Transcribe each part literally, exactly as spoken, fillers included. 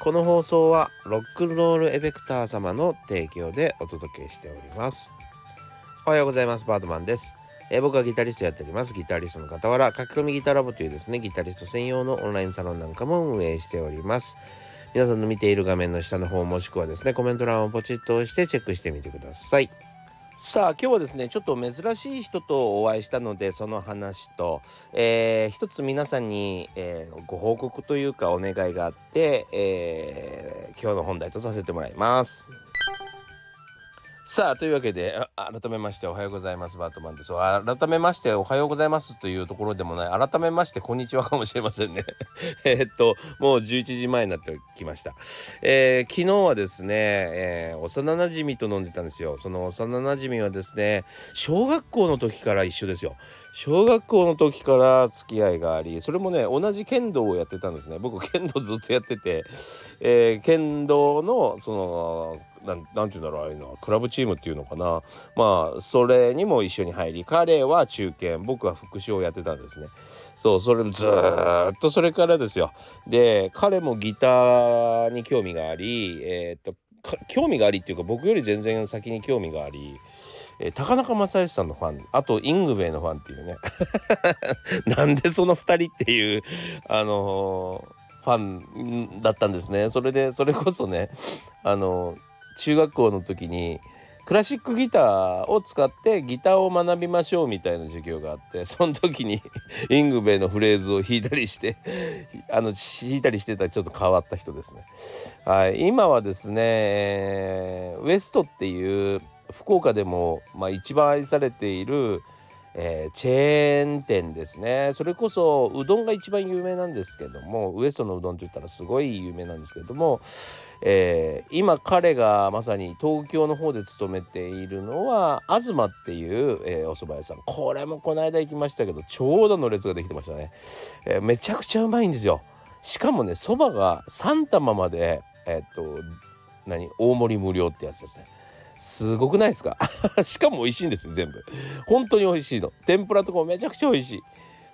この放送はロックンロールエフェクター様の提供でお届けしております。おはようございます。バードマンです。えー、僕はギタリストやっております。ギタリストの傍ら書き込みギタラボというですねギタリスト専用のオンラインサロンなんかも運営しております。皆さんの見ている画面の下の方もしくはですねコメント欄をポチッと押してチェックしてみてください。さあ今日はですねちょっと珍しい人とお会いしたのでその話と、えー、一つ皆さんに、えー、ご報告というかお願いがあって、えー、今日の本題とさせてもらいます。さあというわけで改めましておはようございます。バートマンです。改めましておはようございますというところでもない改めましてこんにちはかもしれませんねえっともうじゅういちじまえになってきました。えー、昨日はですね、えー、幼なじみと飲んでたんですよ。その幼なじみはですね小学校の時から一緒ですよ。小学校の時から付き合いがあり、それもね同じ剣道をやってたんですね。僕剣道ずっとやってて、えー、剣道のそのなん、なんていうんだろうああいうのクラブチームっていうのかな、まあそれにも一緒に入り、彼は中堅、僕は副将をやってたんですね。そうそれずーっとそれからですよ。で彼もギターに興味があり、えー、っと興味がありっていうか僕より全然先に興味があり、えー、高中正義さんのファン、あとイングベイのファンっていうねなんでそのふたりっていうあのー、ファンだったんですね。それでそれこそねあのー中学校の時にクラシックギターを使ってギターを学びましょうみたいな授業があって、その時にイングベイのフレーズを弾いたりしてあの弾いたりしてたちょっと変わった人ですね。はい、今はですねウエストっていう福岡でも、まあ、一番愛されているえー、チェーン店ですね。それこそうどんが一番有名なんですけども、ウエストのうどんといったらすごい有名なんですけども、えー、今彼がまさに東京の方で勤めているのは東っていう、えー、お蕎麦屋さん。これもこの間行きましたけど長蛇の列ができてましたね。えー、めちゃくちゃうまいんですよ。しかもね蕎麦がさん玉までえー、っと何大盛り無料ってやつですね。すごくないですかしかも美味しいんですよ。全部本当に美味しいの。天ぷらとかもめちゃくちゃ美味しい。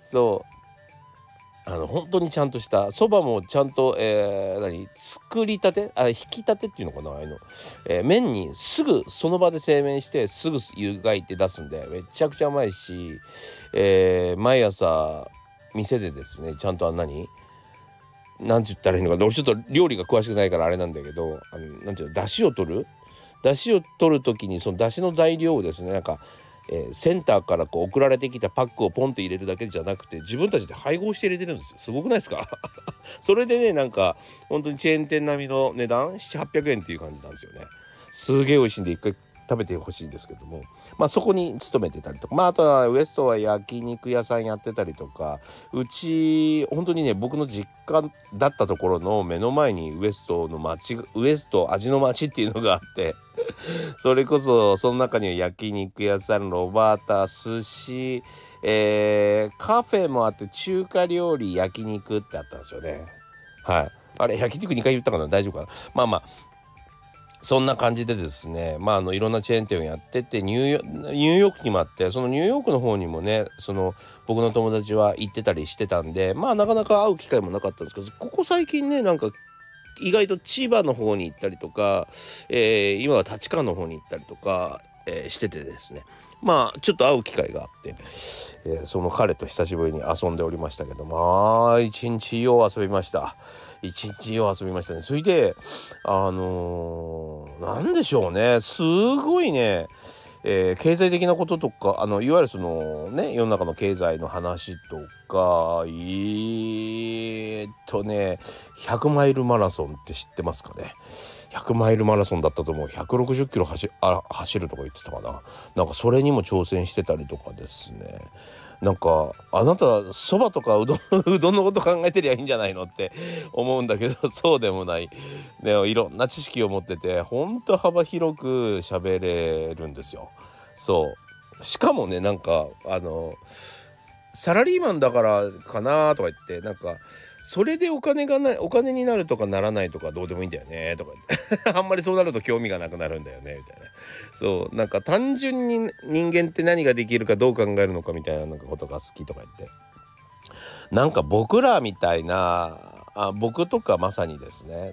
そうあの本当にちゃんとしたそばもちゃんと、えー、何作りたてあ引きたてっていうのかなああいうの、えー、麺にすぐその場で製麺してすぐ湯がいて出すんでめちゃくちゃうまいし、えー、毎朝店でですねちゃんとあんなになんて言ったらいいのか、俺ちょっと料理が詳しくないからあれなんだけど、あのなんていうの出汁を取る出汁を取る時にその出汁の材料をですねなんか、えー、センターからこう送られてきたパックをポンと入れるだけじゃなくて自分たちで配合して入れてるんですよ。すごくないですかそれでねなんか本当にチェーン店並みの値段ななひゃくはっぴゃくえんっていう感じなんですよね。すげえ美味しいんで一回食べてほしいんですけども、まあそこに勤めてたりとか、まああとはウエストは焼肉屋さんやってたりとか、うち本当にね僕の実家だったところの目の前にウエストの町ウエスト味の町っていうのがあってそれこそその中には焼肉屋さん、ロバータ、寿司、えー、カフェもあって中華料理、焼肉ってあったんですよね。はい。あれ焼肉にかい言ったかな、大丈夫かな。まあまあそんな感じでですね、まああのいろんなチェーン店をやっててニューヨ、ニューヨークにもあって、そのニューヨークの方にもねその僕の友達は行ってたりしてたんで、まあなかなか会う機会もなかったんですけど、ここ最近ねなんか意外と千葉の方に行ったりとか、えー、今は立川の方に行ったりとか、えー、しててですね、まあちょっと会う機会があって、えー、その彼と久しぶりに遊んでおりましたけど、まあ一日よう遊びました一日よう遊びましたね。それであのー、なんでしょうね、すごいねえー、経済的なこととかあのいわゆるそのね世の中の経済の話とかえーっとねひゃくマイルマラソンって知ってますかね。ひゃくマイルマラソンだったと思う。ひゃくろくじゅっキロ走、あ、走るとか言ってたかな。なんかそれにも挑戦してたりとかですね。なんかあなたそばとかうどんうどんのこと考えてりゃいいんじゃないのって思うんだけどそうでもない、ね、いろんな知識を持っててほんと幅広く喋れるんですよ。そうしかもねなんかあのサラリーマンだからかなとか言ってなんかそれでお金がないお金になるとかならないとかどうでもいいんだよねとか言ってあんまりそうなると興味がなくなるんだよねみたいな。そうなんか単純に人間って何ができるかどう考えるのかみたいななんかことが好きとか言って、なんか僕らみたいなあ僕とかまさにですね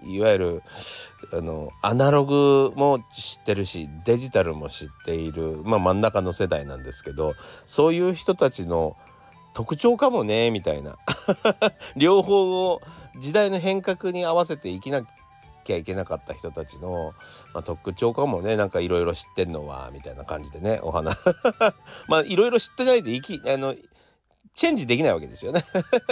いわゆるあのアナログも知ってるしデジタルも知っている、まあ、真ん中の世代なんですけど、そういう人たちの特徴かもねみたいな両方を時代の変革に合わせて生きなきゃいけなかった人たちの、まあ、特徴かもね、なんかいろいろ知ってんのはみたいな感じでね、お話まあいろいろ知ってないと生きあのチェンジできないわけですよね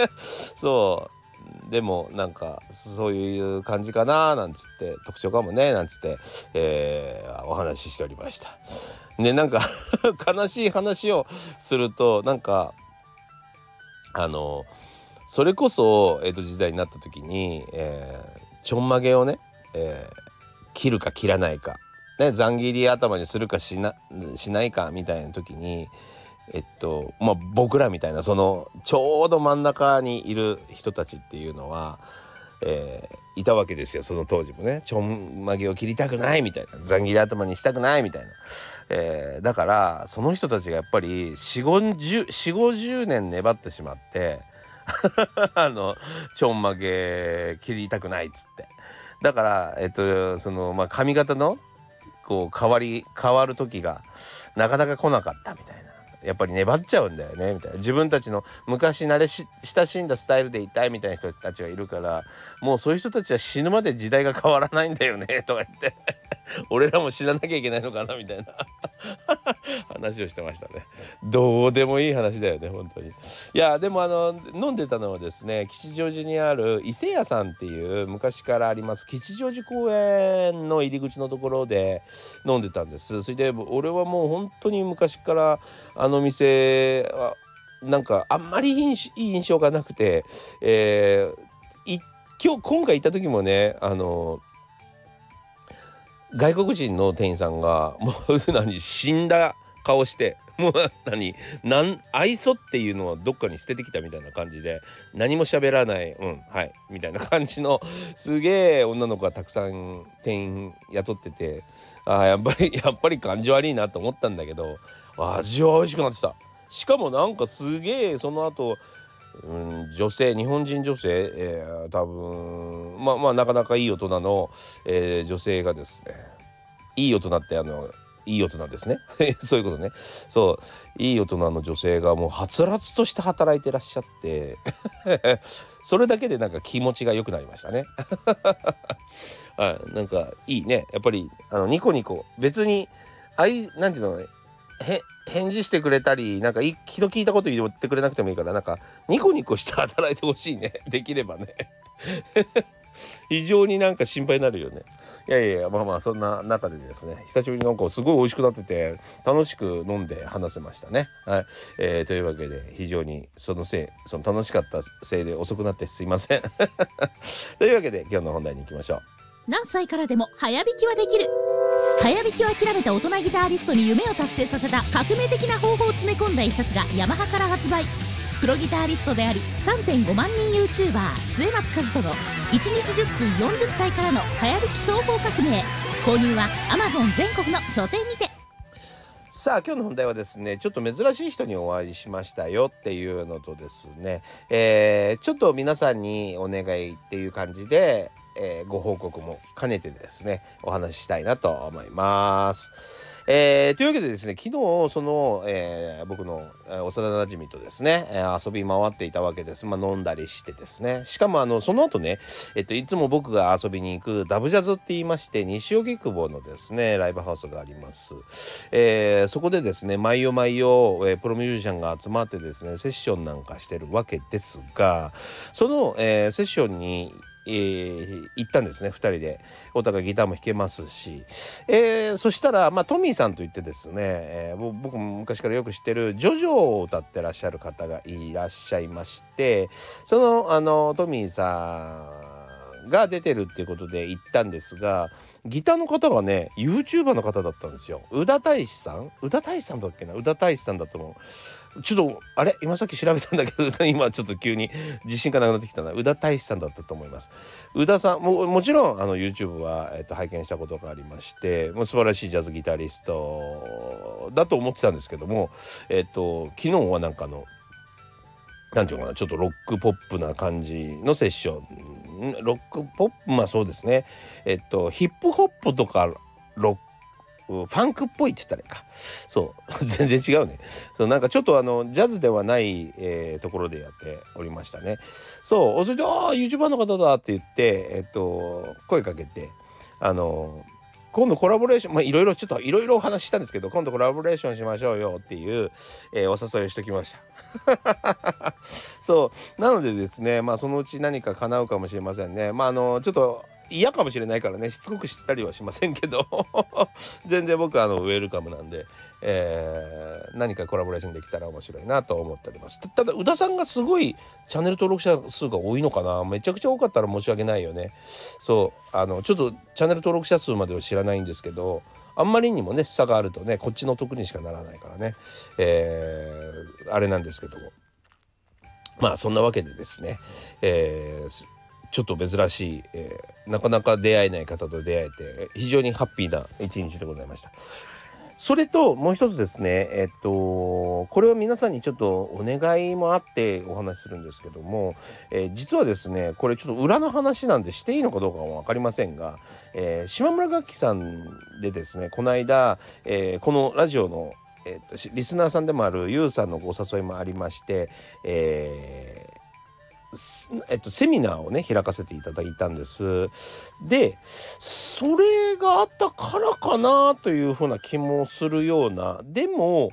そうでもなんかそういう感じかななんつって、特徴かもねなんつって、えー、お話ししておりましたね。なんか悲しい話をすると、なんかあのそれこそ江戸時代になった時に、えー、ちょんまげをね、えー、切るか切らないか、ね、ざん切り頭にするかしな、しないかみたいな時に、えっとまあ僕らみたいなそのちょうど真ん中にいる人たちっていうのは、えー、いたわけですよ。その当時もね、ちょんまげを切りたくないみたいな、ざん切り頭にしたくないみたいな、えー、だからその人たちがやっぱり よんじゅうごじゅうねん粘ってしまってあのちょんまげ切りたくないっつって、だからえっとそのまあ髪型のこう変わり変わる時がなかなか来なかったみたいな、やっぱり粘っちゃうんだよねみたいな、自分たちの昔慣れし親しんだスタイルでいたいみたいな人たちがいるから、もうそういう人たちは死ぬまで時代が変わらないんだよねとか言って俺らも死ななきゃいけないのかなみたいな話をしてましたね。どうでもいい話だよね本当に。いやでもあの飲んでたのはですね、吉祥寺にある伊勢屋さんっていう昔からあります吉祥寺公園の入り口のところで飲んでたんです。それで俺はもう本当に昔からあの店はなんかあんまりいい印象がなくて、えー、い今日今回行った時もね、あの外国人の店員さんがもう何死んだ顔して、もう何なん愛想っていうのはどっかに捨ててきたみたいな感じで、何も喋らない、うんはいみたいな感じのすげえ女の子がたくさん店員雇ってて、あやっぱりやっぱり感じ悪いなと思ったんだけど、味は美味しくなってた。しかもなんかすげえその後、うん、女性日本人女性、えー、多分まあまあなかなかいい大人の、えー、女性がですね、いい大人ってあのいい大人ですねそういうことね。そういい大人の女性がもうはつらつとして働いてらっしゃってそれだけでなんか気持ちが良くなりましたねはい、なんかいいね、やっぱりあのニコニコ別にあいなんていうのへ返事してくれたりなんか気の利いたこと言ってくれなくてもいいから、なんかニコニコして働いてほしいねできればね非常になんか心配になるよね。いやいやいや、まあまあそんな中でですね、久しぶりになんかすごい美味しくなってて楽しく飲んで話せましたね。はい、えー、というわけで非常にそのせいその楽しかったせいで遅くなってすいませんというわけで今日の本題に行きましょう。 何歳からでも早弾きはできる。早弾きを諦めた大人ギタリストに夢を達成させた革命的な方法を詰め込んだ一冊がヤマハから発売。プロギタリストであり さんてんご 万人 YouTuber 末松和人のいちにちじゅっぷんよんじゅっさいからの早弾き双方革命。購入は Amazon 全国の書店にて。 さあ今日の本題はですね、ちょっと珍しい人にお会いしましたよっていうのとですね、えー、ちょっと皆さんにお願いっていう感じで、えー、ご報告も兼ねてですねお話ししたいなと思います。えー、というわけでですね、昨日その、えー、僕の、えー、幼馴染とですね、えー、遊び回っていたわけです。まあ飲んだりしてですね、しかもあのその後ね、えっといつも僕が遊びに行くダブジャズって言いまして西荻窪のですねライブハウスがあります。えー、そこでですね毎夜毎夜、えー、プロミュージシャンが集まってですねセッションなんかしてるわけですが、その、えー、セッションにえー、行ったんですね。ふたりでお互いギターも弾けますし、えー、そしたら、まあ、トミーさんといってですね、えー、僕も昔からよく知ってるジョジョを歌ってらっしゃる方がいらっしゃいまして、そのあのトミーさんが出てるっていうことで行ったんですが、ギターの方がね YouTuber の方だったんですよ。宇田大志さん宇田大志さんだっけな宇田大志さんだと思う。ちょっとあれ今さっき調べたんだけど今ちょっと急に自信がなくなってきたな。宇田大志さんだったと思います。宇田さんももちろんあの YouTube は、えっと、拝見したことがありまして、もう素晴らしいジャズギタリストだと思ってたんですけども、えっと昨日はなんかあのなんていうのかな、ちょっとロックポップな感じのセッション、ロックポップ、まあそうですね、えっとヒップホップとかロックファンクっぽいって言ったらいいか、そう全然違うね。そうなんかちょっとあのジャズではない、えー、ところでやっておりましたね。そうそれで「ああ YouTuber の方だ」って言ってえっと声かけて、あの今度コラボレーション、まあいろいろちょっといろいろお話ししたんですけど、今度コラボレーションしましょうよっていう、えー、お誘いをしてきました。そうなのでですね、まあそのうち何か叶うかもしれませんね。まああのちょっと嫌かもしれないからね、しつこくしてたりはしませんけど全然僕はあのウェルカムなんで、えー、何かコラボレーションできたら面白いなと思っております。ただ宇田さんがすごいチャンネル登録者数が多いのかな。めちゃくちゃ多かったら申し訳ないよね。そうあのちょっとチャンネル登録者数までは知らないんですけど、あんまりにもね差があるとねこっちの得にしかならないからね、えー、あれなんですけども、まあそんなわけでですね、えーちょっと珍しい、えー、なかなか出会えない方と出会えて非常にハッピーな一日でございました。それともう一つですね、えっとこれは皆さんにちょっとお願いもあってお話しするんですけども、えー、実はですねこれちょっと裏の話なんでしていいのかどうかは分かりませんが、えー、島村楽器さんでですねこの間、えー、このラジオの、えー、とリスナーさんでもあるゆうさんのご誘いもありまして、えーえっと、セミナーをね開かせていただいたんです。でそれがあったからかなというふうな気もするような、でも、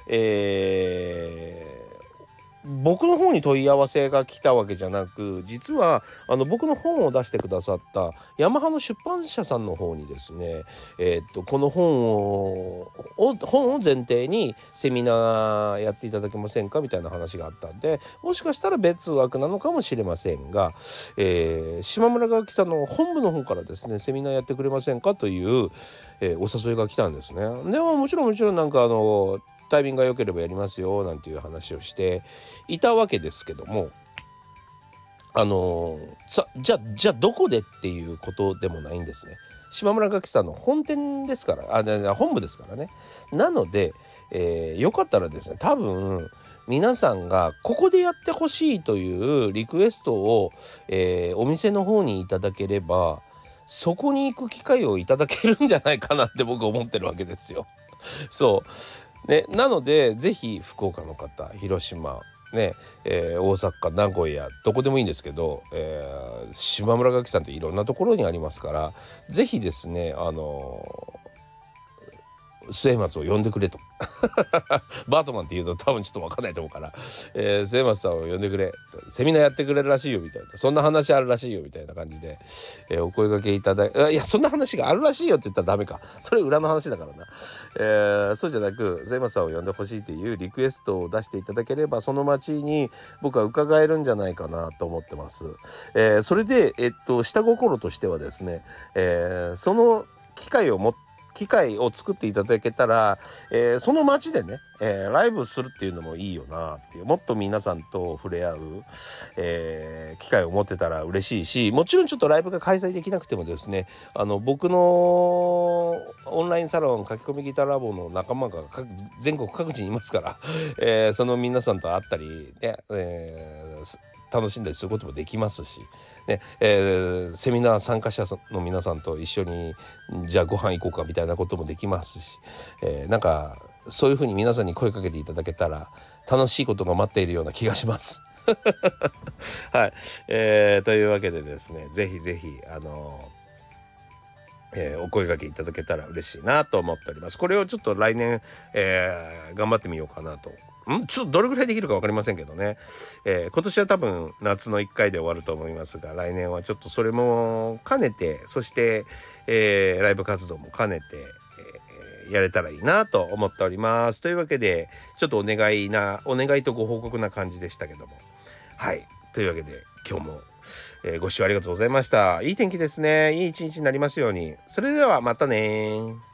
えー僕の方に問い合わせが来たわけじゃなく、実はあの僕の本を出してくださったヤマハの出版社さんの方にですね、えー、っとこの本を本を前提にセミナーやっていただけませんかみたいな話があったんで、もしかしたら別枠なのかもしれませんが、えー、島村楽器さんの本部の方からですねセミナーやってくれませんかという、えー、お誘いが来たんですね。でももちろんもちろんなんかあのタイミングが良ければやりますよなんていう話をしていたわけですけども、あのさじゃあじゃあどこでっていうことでもないんですね。島村楽器さんの本店ですから、あ本部ですからね。なので、えー、よかったらですね多分皆さんがここでやってほしいというリクエストを、えー、お店の方にいただければそこに行く機会をいただけるんじゃないかなって僕思ってるわけですよ。そうね、なのでぜひ福岡の方、広島ね、えー、大阪、名古屋どこでもいいんですけど、えー、島村楽器さんっていろんなところにありますからぜひですねあのー末松を呼んでくれとバートマンって言うと多分ちょっと分かんないと思うから、えー、末松さんを呼んでくれ、セミナーやってくれるらしいよみたいな、そんな話あるらしいよみたいな感じで、えー、お声掛けいただいいやそんな話があるらしいよって言ったらダメか、それ裏の話だからな、えー、そうじゃなく末松さんを呼んでほしいっていうリクエストを出していただければその町に僕は伺えるんじゃないかなと思ってます。えー、それでえっと下心としてはですね、えー、その機会を持って機会を作っていただけたら、えー、その街でね、えー、ライブするっていうのもいいよなっていう、もっと皆さんと触れ合う、えー、機会を持ってたら嬉しいし、もちろんちょっとライブが開催できなくてもですね、あの僕のオンラインサロン書き込みギターラボの仲間が全国各地にいますから、えー、その皆さんと会ったり、ねえー楽しんだりすることもできますし、ねえー、セミナー参加者の皆さんと一緒にじゃあご飯行こうかみたいなこともできますし、えー、なんかそういうふうに皆さんに声かけていただけたら楽しいことが待っているような気がしますはい、えー、というわけでですねぜひぜひあのーえー、お声掛けいただけたら嬉しいなと思っております。これをちょっと来年、えー、頑張ってみようかなとんちょっとどれぐらいできるか分かりませんけどね、えー、今年は多分夏のいっかいで終わると思いますが来年はちょっとそれも兼ねてそして、えー、ライブ活動も兼ねて、えー、やれたらいいなと思っております。というわけでちょっとお願いなお願いとご報告な感じでしたけども、はいというわけで今日も、えー、ご視聴ありがとうございました。いい天気ですね。いい一日になりますように。それではまたね。